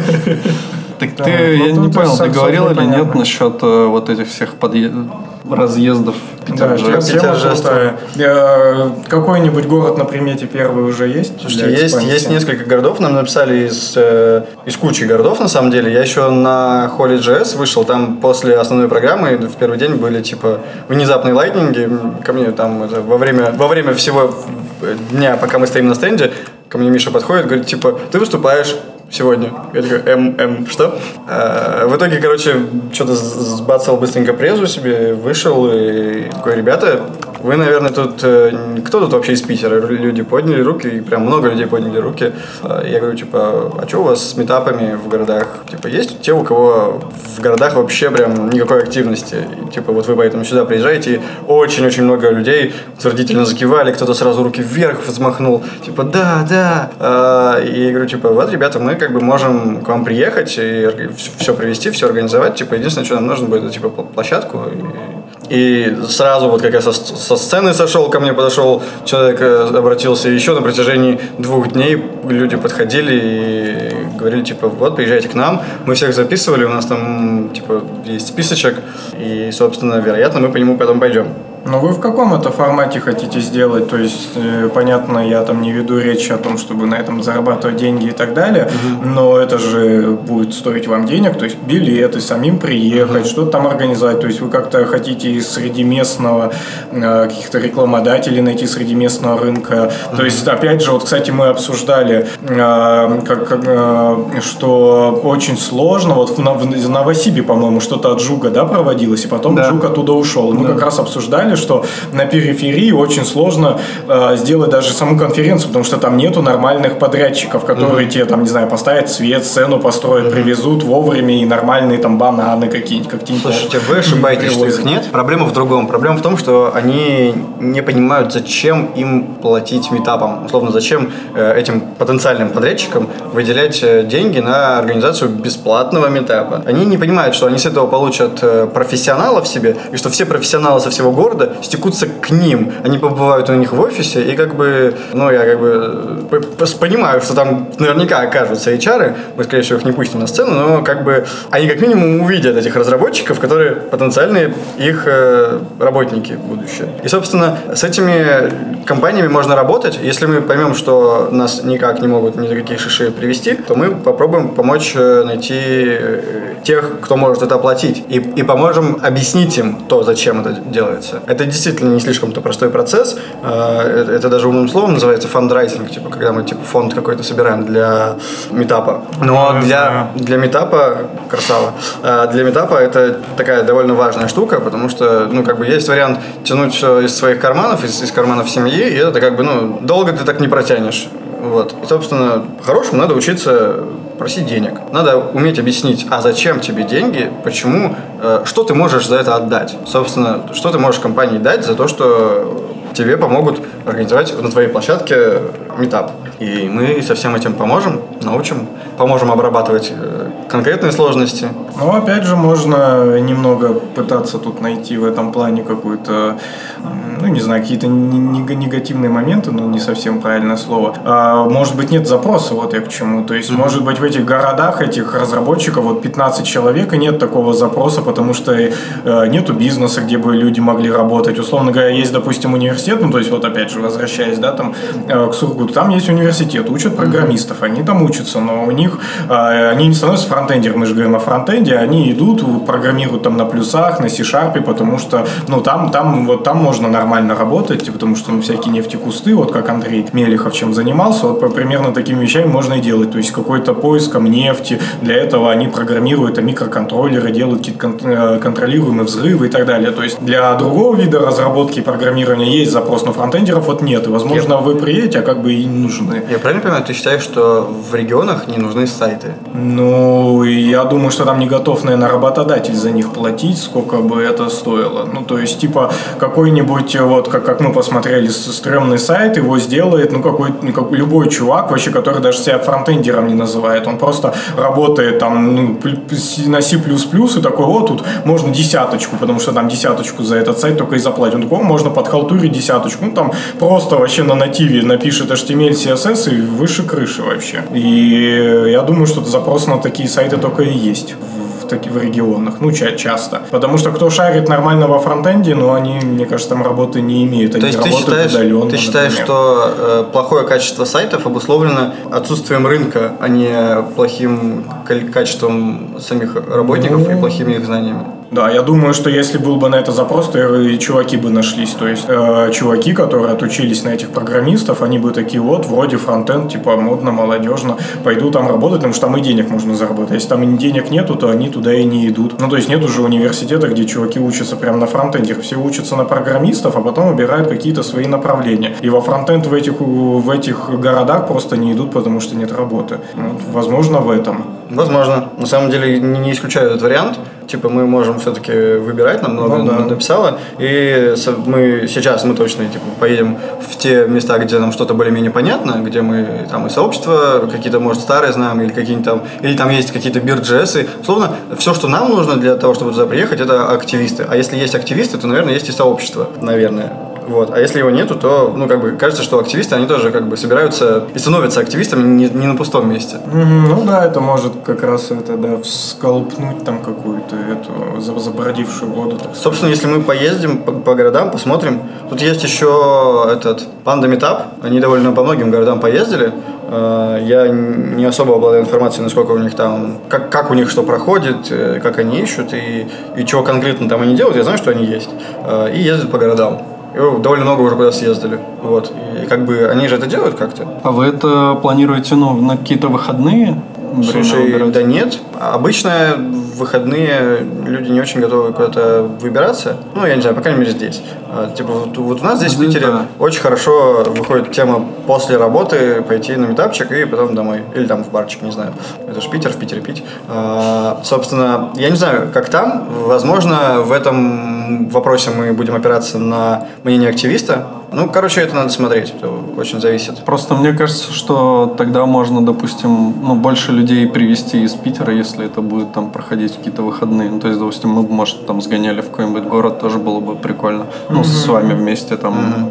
Так Да, ты, ну, я тут не понял, ты совсем говорил или непонятно. нет насчет э, вот этих всех подъе- разъездов Да, Питер-Джест? тема Питер-Джест. крутая. Э, Какой-нибудь город на примете первый уже есть? Слушайте, для есть, экспансии? есть несколько городов, нам написали из, э, из кучи городов, на самом деле. Я еще на Holy.js вышел, там после основной программы в первый день были, типа, внезапные лайтнинги. Ко мне там это, во, время, во время всего дня, пока мы стоим на стенде, ко мне Миша подходит, говорит, типа, ты выступаешь сегодня. Я такой, эм, эм, что? А, в итоге, короче, что-то сбацал быстренько презу себе, вышел и такой, ребята, вы, наверное, тут... э, Кто тут вообще из Питера? Люди подняли руки, и прям много людей подняли руки. А, Я говорю, типа, а что у вас с митапами в городах? Типа, есть те, у кого в городах вообще прям никакой активности? И, типа, вот вы поэтому сюда приезжаете, и очень-очень много людей утвердительно закивали, кто-то сразу руки вверх взмахнул. Типа, да, да. А, И я говорю, типа, вот, ребята, мы как бы можем к вам приехать и все привезти, все организовать. Типа, единственное, что нам нужно будет, это, типа, площадку. И, и сразу вот как я со, со сцены сошел, ко мне подошел человек, обратился, и еще на протяжении двух дней люди подходили и говорили, типа, вот, приезжайте к нам. Мы всех записывали, у нас там, типа, есть списочек, и, собственно, вероятно, мы по нему потом пойдем. Ну, вы в каком это формате хотите сделать? То есть, э, понятно, я там не веду речь о том, чтобы на этом зарабатывать деньги и так далее, uh-huh. но это же будет стоить вам денег, то есть билеты, самим приехать, uh-huh. что-то там организовать. То есть, вы как-то хотите среди местного э, каких-то рекламодателей найти среди местного рынка. Uh-huh. То есть, опять же, вот, кстати, мы обсуждали, э, как, как, э, что очень сложно, вот в, в Новосибе, по-моему, что-то от Жуга, да, проводилось, и потом да. Жук оттуда ушел. Мы да. как раз обсуждали, что на периферии очень сложно э, сделать даже саму конференцию, потому что там нету нормальных подрядчиков, которые mm-hmm. тебе там, не знаю, поставят свет, сцену построят, mm-hmm. привезут вовремя и нормальные там бананы какие-нибудь, как Тинькофф. Слушайте, вы ошибаетесь, что их нет. Проблема в другом. Проблема в том, что они не понимают, зачем им платить митапам. Условно, зачем э, этим потенциальным подрядчикам выделять э, деньги на организацию бесплатного митапа. Они не понимают, что они с этого получат э, профессионалов себе, и что все профессионалы со всего города стекутся к ним. Они побывают у них в офисе, и как бы, ну, я как бы понимаю, что там наверняка окажутся эйч ар, мы, скорее всего, их не пустим на сцену, но как бы они как минимум увидят этих разработчиков, которые потенциальные их э, работники в будущее. И, собственно, с этими компаниями можно работать. Если мы поймем, что нас никак не могут ни за какие шиши привести, то мы попробуем помочь найти тех, кто может это оплатить, и, и поможем объяснить им то, зачем это делается. Это действительно не слишком-то простой процесс. Это, это даже умным словом называется фандрайзинг, типа, когда мы типа фонд какой-то собираем для митапа. Но для, для митапа, красава, для митапа это такая довольно важная штука, потому что, ну, как бы есть вариант тянуть все из своих карманов, из, из карманов семьи, и это как бы, ну, долго ты так не протянешь. Вот. И, собственно, по-хорошему надо учиться просить денег. Надо уметь объяснить, а зачем тебе деньги, почему, э, что ты можешь за это отдать. Собственно, что ты можешь компании дать за то, что тебе помогут организовать на твоей площадке митап. И мы со всем этим поможем, научим, поможем обрабатывать конкретные сложности. Ну, опять же, можно немного пытаться тут найти в этом плане какую-то, ну, не знаю, какие-то негативные моменты, но не совсем правильное слово. А, может быть, нет запроса, вот я к чему. То есть, mm-hmm. может быть, в этих городах, этих разработчиков, вот пятнадцать человек, и нет такого запроса, потому что э, нету бизнеса, где бы люди могли работать. Условно говоря, есть, допустим, университет, ну, то есть, вот опять же, возвращаясь, да, там, э, к Сургуту, там есть университет, учат программистов, они там учатся, но у них, э, они не становятся фронтендерами, мы же говорим о фронтенде, они идут, программируют там на плюсах, на C-Sharp, потому что, ну, там, там, вот там можно нормально работать, потому что, ну, всякие нефтекусты, вот как Андрей Мелехов чем занимался, вот по, примерно такими вещами можно и делать, то есть какой-то поиском нефти, для этого они программируют а микроконтроллеры, делают какие-то контролируемые взрывы и так далее, то есть для другого вида разработки и программирования есть запрос, но фронтендеров вот нет, и, возможно, вы приедете, а как бы и не нужны. Я правильно понимаю, ты считаешь, что в регионах не нужны сайты? Ну, я думаю, что там не готов, наверное, работодатель за них платить, сколько бы это стоило. Ну, то есть, типа, какой-нибудь, вот, как, как мы посмотрели, стрёмный сайт, его сделает, ну, какой, как, любой чувак, вообще, который даже себя фронтендером не называет. Он просто работает там, ну, на C++, и такой, вот, тут можно десяточку, потому что там десяточку за этот сайт только и заплатить. Он такой, о, можно подхалтурить десяточку. Ну, там просто вообще на нативе напишет эйч ти эм эль, си эс эс и выше крыши вообще. И я думаю, что запрос на такие сайты только и есть в, в, в регионах, ну, ча- часто. Потому что кто шарит нормально во фронтенде, но они, мне кажется, там работы не имеют. Они То есть ты считаешь, удаленно, ты считаешь, например. что э, плохое качество сайтов обусловлено отсутствием рынка, а не плохим качеством самих работников ну... и плохими их знаниями? Да, я думаю, что если был бы на это запрос, то и чуваки бы нашлись. То есть э, чуваки, которые отучились на этих программистов, они бы такие, вот, вроде фронтенд, типа, модно, молодежно, пойду там работать, потому что там и денег можно заработать. Если там денег нету, то они туда и не идут. Ну, то есть нет уже университета, где чуваки учатся прямо на фронтенде. Все учатся на программистов, а потом выбирают какие-то свои направления. И во фронтенд в этих, в этих городах просто не идут, потому что нет работы. Вот, возможно, в этом. Возможно. На самом деле не исключаю этот вариант. Типа мы можем все-таки выбирать, нам много ну, да. написало. И мы сейчас мы точно типа, поедем в те места, где нам что-то более-менее понятно, где мы там и сообщества какие-то, может, старые знаем, или какие-нибудь там, или там есть какие-то бир.джесы. Условно, все, что нам нужно для того, чтобы туда приехать, это активисты. А если есть активисты, то, наверное, есть и сообщество, наверное. Вот. А если его нету, то, ну, как бы, кажется, что активисты, они тоже, как бы, собираются и становятся активистами не, не на пустом месте. Mm-hmm. Ну, да, это может как раз, это, да, всколпнуть там какую-то эту забродившую воду. Собственно, если мы поездим по, по городам, посмотрим. Тут есть еще этот Panda Meetup. Они довольно по многим городам поездили. Я не особо обладаю информацией, насколько у них там, как, как у них что проходит, как они ищут и, и чего конкретно там они делают. Я знаю, что они есть. И ездят по городам. И довольно много уже куда съездили. Вот. И как бы они же это делают как-то. А вы это планируете, ну, на какие-то выходные? Слушай, да нет. Обычно в выходные люди не очень готовы куда-то выбираться. Ну, я не знаю, по крайней мере, здесь. Типа, вот, вот у нас здесь, здесь в Питере, да. очень хорошо выходит тема после работы пойти на митапчик и потом домой. Или там в барчик, не знаю. Это же Питер, в Питере пить. А, собственно, я не знаю, как там. Возможно, в этом вопросе мы будем опираться на мнение активиста. Ну, короче, это надо смотреть, это очень зависит. Просто мне кажется, что тогда можно, допустим, ну, больше людей привезти из Питера, если это будет там проходить какие-то выходные. Ну, то есть, допустим, мы бы, может, там сгоняли в какой-нибудь город, тоже было бы прикольно. Ну, mm-hmm. с вами вместе там... Mm-hmm.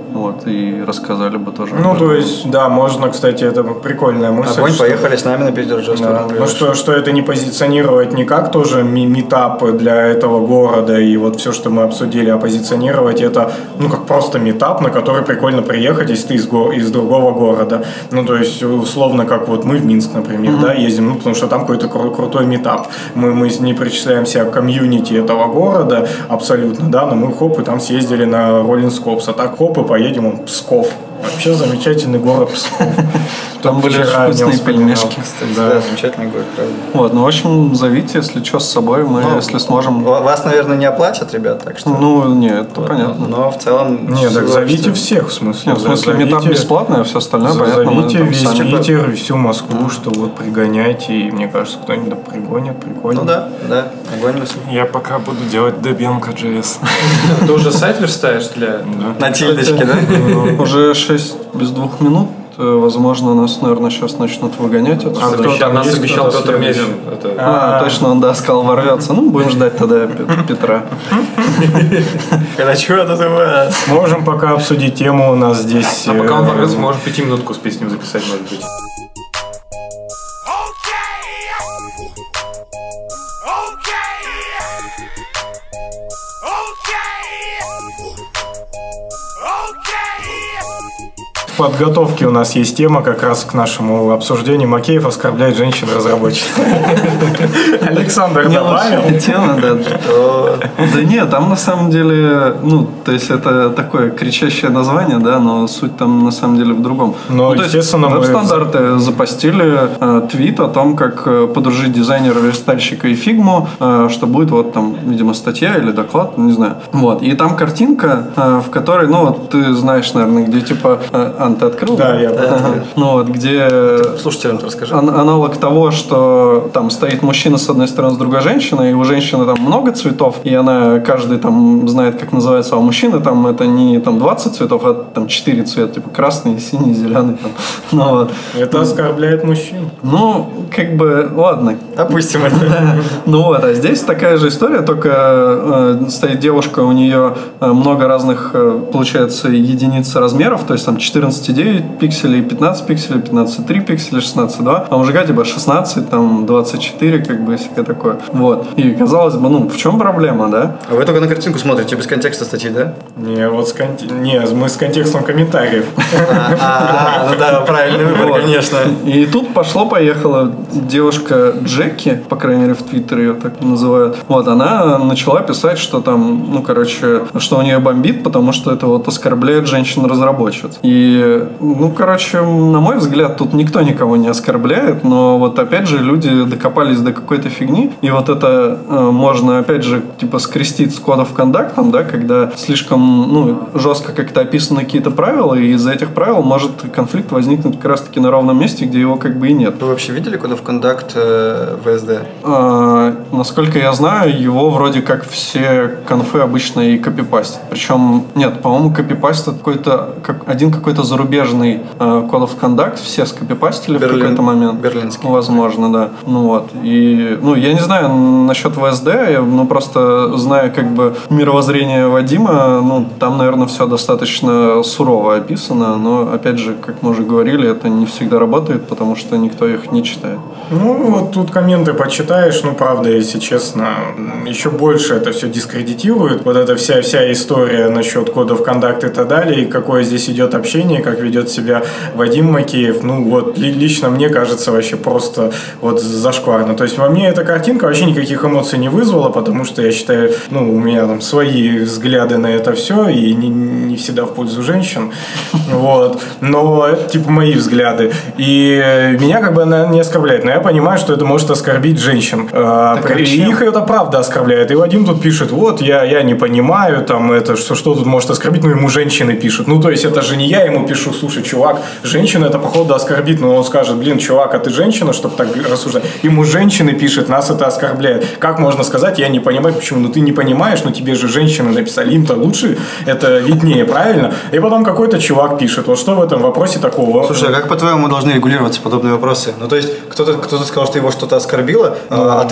вот, и рассказали бы тоже. Ну, то есть, да, можно, кстати, это прикольная мысль. Огонь, что... поехали с нами на Питер Джаз. Да. Ну, что, что это не позиционировать не как тоже митап для этого города и вот все, что мы обсудили, а позиционировать это, ну, как просто митап, на который прикольно приехать, если ты из, го- из другого города. Ну, то есть, условно, как вот мы в Минск, например, mm-hmm. да, ездим, ну, потому что там какой-то кру- крутой митап. Мы, мы не причисляем себя к комьюнити этого города абсолютно, да, но мы хоп, и там съездили на Роллинг Скопс, а так хоп, и поедем он в Псков. Вообще замечательный город Псков. Там были вкусные пельмешки. Да, замечательный город, правда. Вот, ну, в общем, зовите, если что, с собой, мы, ну, если сможем. Вас, наверное, не оплатят, ребят, так что... Ну, нет, это вот, понятно. Но в целом... Нет, так зовите всех, в смысле. Нет, в смысле, зовите, метап бесплатный, а все остальное, понятно. Зовите весь сами... Питер, всю Москву, что вот пригоняйте, и мне кажется, кто-нибудь пригонит, прикольно. Ну да, да, огонь. Я пока буду делать Debian джей эс. Ты уже сайт верстаешь для... На тильдочке, да? Уже шесть без двух минут. Возможно, нас, наверное, сейчас начнут выгонять отсюда. А кто там? Нас обещал Петр Мезин. Это... А, точно, он, да, сказал, ворвется. Ну, будем ждать тогда Петра. Когда чего тут у вас? Можем пока обсудить тему у нас здесь. А пока он ворвется, мы можем пятиминутку успеть с ним записать, может быть. В подготовке у нас есть тема как раз к нашему обсуждению. Макеев оскорбляет женщин-разработчиков. Александр добавил. Тема, да. Да нет, там на самом деле, ну, то есть это такое кричащее название, да, но суть там на самом деле в другом. Но, ну, естественно, мы... Веб-стандарты запостили э, твит о том, как э, подружить дизайнера, верстальщика и фигму, э, что будет вот там, видимо, статья или доклад, не знаю. Вот. И там картинка, э, в которой, ну, вот ты знаешь, наверное, где типа... Э, Ан, ты открыл? Да, я ага. открыл. Ну вот, где... Слушателям расскажи. Ан- аналог того, что там стоит мужчина с одной стороны, с другой женщина, и у женщины там много цветов, и она, каждый там знает, как называется, а у мужчины там это не там двадцать цветов, а там четыре цвета, типа красный, синий, зеленый. Там. Ну, вот. Это оскорбляет мужчин. Ну, как бы, ладно. Допустим это. Ну вот, а здесь такая же история, только э, стоит девушка, у нее э, много разных, э, получается, единиц размеров, то есть там четырнадцать и девять пикселей, пятнадцать пикселей, пятнадцать и три пикселя, шестнадцать и два, а у мужика типа шестнадцать, там двадцать четыре, как бы, всякое такое. Вот. И казалось бы, ну, в чем проблема, да? А вы только на картинку смотрите, без контекста статьи, да? Не, вот с конте... Не, мы с контекстом комментариев. А, ну да, правильный выбор, конечно. И тут пошло-поехало. Девушка Джеки, по крайней мере в Твиттере ее так называют, вот, она начала писать, что там, ну, короче, что у нее бомбит, потому что это вот оскорбляет женщин-разработчиц. И, ну, короче, на мой взгляд, тут никто никого не оскорбляет, но вот опять же люди докопались до какой-то фигни, и вот это э, можно, опять же, типа скрестить с Code of Conduct, да, когда слишком, ну, жестко как-то описаны какие-то правила, и из-за этих правил может конфликт возникнуть как раз-таки на ровном месте, где его как бы и нет. Вы вообще видели Code of Conduct э, в эс ди? А, насколько я знаю, его вроде как все конфы обычно и копипастят. Причем, нет, по-моему, копипастят какой-то, как, один какой-то зарубежный uh, Code of Conduct, все скопипастили Берлин, в какой-то момент. Берлинский. Возможно, да. Ну вот. И, ну, я не знаю насчет ви эс ди, я, ну, просто знаю как бы мировоззрение Вадима, ну, там, наверное, все достаточно сурово описано, но, опять же, как мы уже говорили, это не всегда работает, потому что никто их не читает. Ну, вот тут комменты почитаешь, ну, правда, если честно, еще больше это все дискредитирует. Вот эта вся, вся история насчет Code of Conduct и так далее, и какое здесь идет общение, как ведет себя Вадим Макеев, ну, вот, лично мне кажется, вообще просто вот зашкварно. То есть во мне эта картинка вообще никаких эмоций не вызвала, потому что я считаю, ну, у меня там свои взгляды на это все, и не, не всегда в пользу женщин, вот, но это, типа, мои взгляды. И меня как бы она не оскорбляет, но я понимаю, что это может оскорбить женщин. Так, и их это правда оскорбляет. И Вадим тут пишет, вот, я, я не понимаю, там, это, что, что тут может оскорбить, ну, ему женщины пишут. Ну, то есть, это же не я ему пишу, слушай, чувак, женщина это, походу, оскорбит, но он скажет, блин, чувак, а ты женщина, чтобы так рассуждать? Ему женщины пишут, нас это оскорбляет. Как можно сказать, я не понимаю, почему? Ну, ты не понимаешь, но тебе же женщины написали, им-то лучше, это виднее, правильно? И потом какой-то чувак пишет, вот что в этом вопросе такого? Слушай, а как, по-твоему, должны регулироваться подобные вопросы? Ну, то есть, кто-то, кто-то сказал, что его что-то оскорбило, а, а ты такой,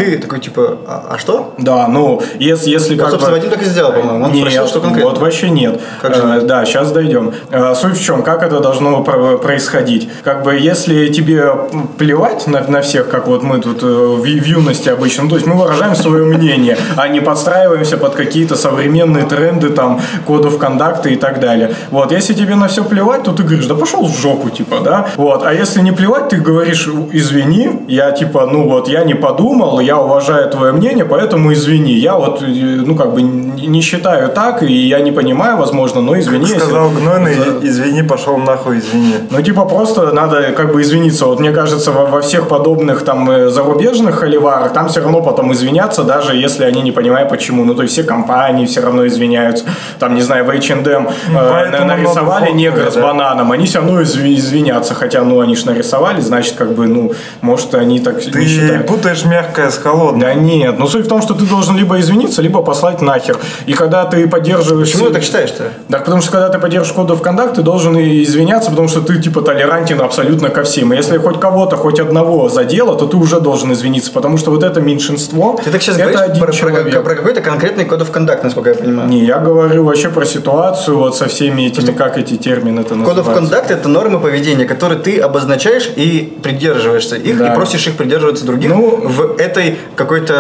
типа, а, а что? Да, ну, если, если вот, как собственно, бы... Вадим так и сделал, по-моему. Он нет, спросил, что конкретно. Вот вообще нет. Как же нет? Э, да, сейчас дойдем. Э, суть в чем, как это должно про- происходить? Как бы, если тебе плевать на, на всех, как вот мы тут э, в, в юности обычно, ну, то есть мы выражаем свое мнение, а не подстраиваемся под какие-то современные тренды, там, кодов контакта и так далее. Вот, если тебе на все плевать, то ты говоришь, да пошел в жопу, типа, да? Вот, а если не плевать, ты говоришь, извини, я, типа, ну, вот, я не подумал, я уважаю твое мнение, поэтому извини. Я вот, ну, как бы, не считаю так, и я не понимаю, возможно, но извини. Как сказал Гнойный, извини, пошел нахуй, извини. Ну, типа, просто надо, как бы, извиниться. Вот, мне кажется, во, во всех подобных, там, зарубежных холиварах, там все равно потом извиняться, даже если они не понимают, почему. Ну, то есть, все компании все равно извиняются. Там, не знаю, в эйч энд эм э, нарисовали негра да? с бананом, они все равно извинятся, хотя, ну, они ж нарисовали, значит, как бы, ну, может, они так ты не считают. Ты путаешь мягкое с холодным. Да нет, но суть в том, что ты должен либо извиниться, либо послать нахер. И когда ты поддерживаешь... Почему ты так считаешь-то? Да, потому что когда ты поддерживаешь кодов контакт, ты должен и извиняться, потому что ты, типа, толерантен абсолютно ко всем. И если хоть кого-то, хоть одного задело, то ты уже должен извиниться, потому что вот это меньшинство, ты так сейчас это говоришь один про, человек. про, про какой-то конкретный кодов контакт, насколько я понимаю. Не, я говорю вообще про ситуацию вот со всеми этими, просто как эти термины это называются. Кодов контакт — это нормы поведения, которые ты обозначаешь и придерживаешься их, да. и просишь их придерживаться других ну, в этой какой-то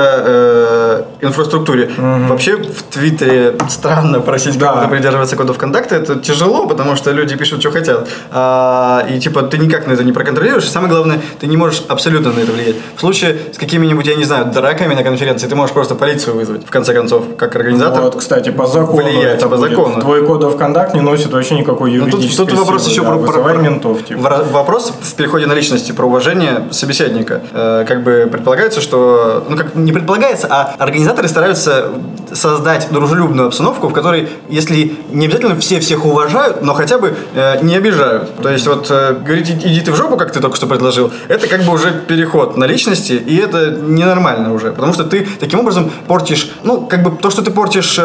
э, инфраструктуре. Угу. Вообще в Твиттере странно просить да. кого-то придерживаться кодов контакта, это тяжело, потому что люди пишут, что хотят. А, и типа ты никак на это не проконтролируешь, и самое главное, ты не можешь абсолютно на это влиять. В случае с какими-нибудь, я не знаю, драками на конференции, ты можешь просто полицию вызвать, в конце концов, как организатор. Вот, кстати, по закону влиять, это по будет. закону. Твой кодов контакт не носит вообще никакой юридической ну, тут, тут вопрос силы, еще да, про, про, про ментов, типа. Вопрос в переходе на личности, про уважение собеседника. Э, как бы предполагается, что... Ну, как не предполагается, а организаторы стараются создать дружелюбную обстановку, в которой, если не обязательно все всех уважают, но хотя бы э, не обижают. То есть вот э, говорить иди ты в жопу, как ты только что предложил, это как бы уже переход на личности, и это ненормально уже, потому что ты таким образом портишь, ну, как бы то, что ты портишь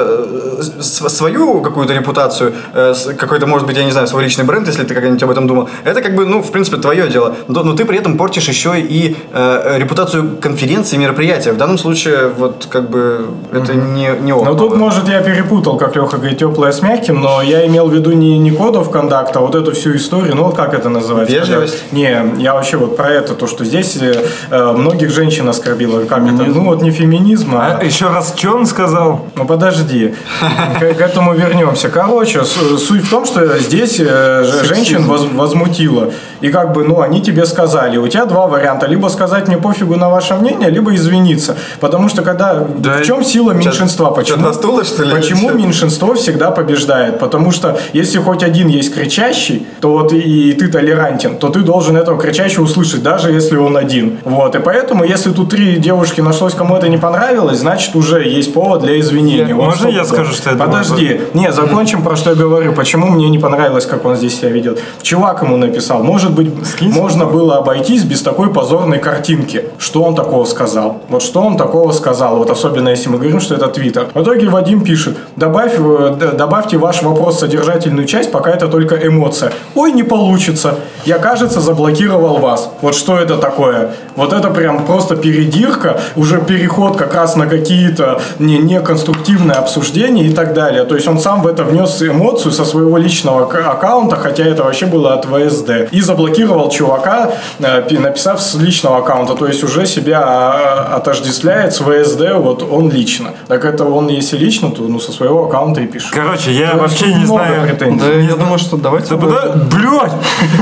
э, свою какую-то репутацию, э, какой-то, может быть, я не знаю, свой личный бренд, если ты когда-нибудь об этом думал, это как бы, ну, в принципе, твое дело, но, но ты при этом портишь еще и э, репутацию конференции, мероприятия. В данном случае, вот, как бы, это mm-hmm. не, не опыт. Ну, тут, может, я перепутал, как Леха говорит, теплое с мягким, но я имел в виду не, не кодов контакта, а вот эту всю историю, ну, вот как это называется? Вежливость? Когда... Не, я вообще вот про это, то, что здесь э, многих женщин оскорбило, как это, ну, вот не феминизм, а... а еще раз, что он сказал? Ну, подожди, к этому вернемся. Короче, суть в том, что здесь женщин возмутило. И как бы, ну, они тебе сказали, у тебя два варианта. Либо сказать мне пофигу на ваше мнение, либо извиниться. Потому что когда... Да, в чем сила меньшинства? Почему, на стуле, что ли? Почему меньшинство всегда побеждает? Потому что если хоть один есть кричащий, то вот и ты толерантен, то ты должен этого кричащего услышать, даже если он один. Вот. И поэтому, если тут три девушки нашлось, кому это не понравилось, значит, уже есть повод для извинения. Я, вот, можно я скажу, что я Подожди. думаю, Не, закончим, про что я говорю. Почему мне не понравилось, как он здесь себя ведет. Чувак ему написал. Может быть, Скинь можно сюда. Было обойтись без такой позорной картинки. Что он такого сказал? Вот что он такого сказал? Вот особенно, если мы говорим, что это Твиттер. В итоге Вадим пишет: Добавь, добавьте ваш вопрос в содержательную часть, пока это только эмоция. Ой, не получится. Я, кажется, заблокировал вас. Вот что это такое? Вот это прям просто передирка, уже переход как раз на какие-то не, неконструктивные обсуждения и так далее. То есть он сам в это внес эмоцию со своего личного аккаунта, хотя это вообще было от вэ эс дэ. И заблокировал чувака, написав с личного аккаунта. То есть уже себя отождествляет с вэ эс дэ, вот он лично. Так это он, если лично, то ну, со своего аккаунта и пишет. Короче, я то вообще не знаю... Претензий. Да, я думаю, что давайте... Да, блядь!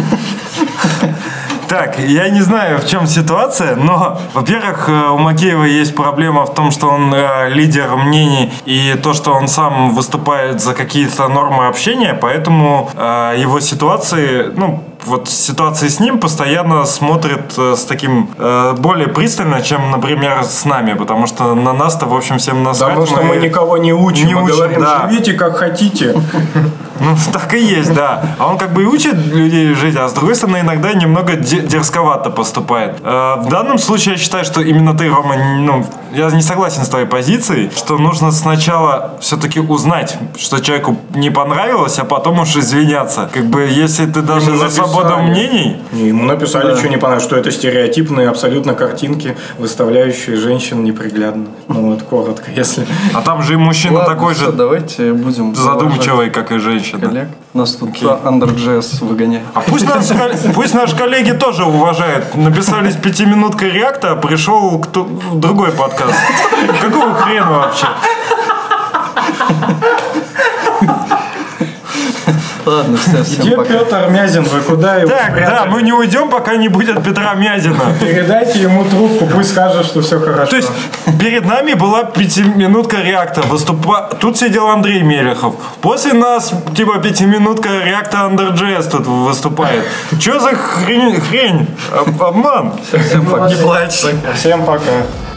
Так, я не знаю, в чем ситуация, но, во-первых, у Макеева есть проблема в том, что он э, лидер мнений, и то, что он сам выступает за какие-то нормы общения, поэтому э, его ситуации, ну, вот ситуации с ним постоянно смотрят э, с таким э, более пристально, чем, например, с нами, потому что на нас-то, в общем, всем насрать. Потому что мы, мы никого не учим, не мы учим, говорим, да. живите как хотите. Ну, так и есть, да. А он как бы и учит людей жить, а с другой стороны, иногда немного дерзковато поступает. В данном случае я считаю, что именно ты, Рома, ну, я не согласен с твоей позицией, что нужно сначала все-таки узнать, что человеку не понравилось, а потом уж извиняться. Как бы, если ты даже за свободу мнений... Ему написали, да. Что не понравилось, что это стереотипные абсолютно картинки, выставляющие женщин неприглядно. Ну, вот коротко, если... А там же и мужчина Ладно, такой все, же давайте будем задумчивый, как и женщина. Коллег. Нас тут Under.js выгоняет. А пусть, нас, пусть наши коллеги тоже уважают. Написали с пятиминуткой реакта, а пришел кто, другой подкаст. Какого хрена вообще? Ладно, все, всем Где пока. Петр Мязин? Вы куда его Так, спрятали? да, мы не уйдем, пока не будет Петра Мязина. Передайте ему трубку, пусть скажет, что все хорошо. То есть перед нами была пятиминутка реакта. Выступа... Тут сидел Андрей Мелехов. После нас, типа, пятиминутка реакта Under.js тут выступает. Че за хрень? хрень? Об- обман. Всем пока. Не плачь. Всем пока.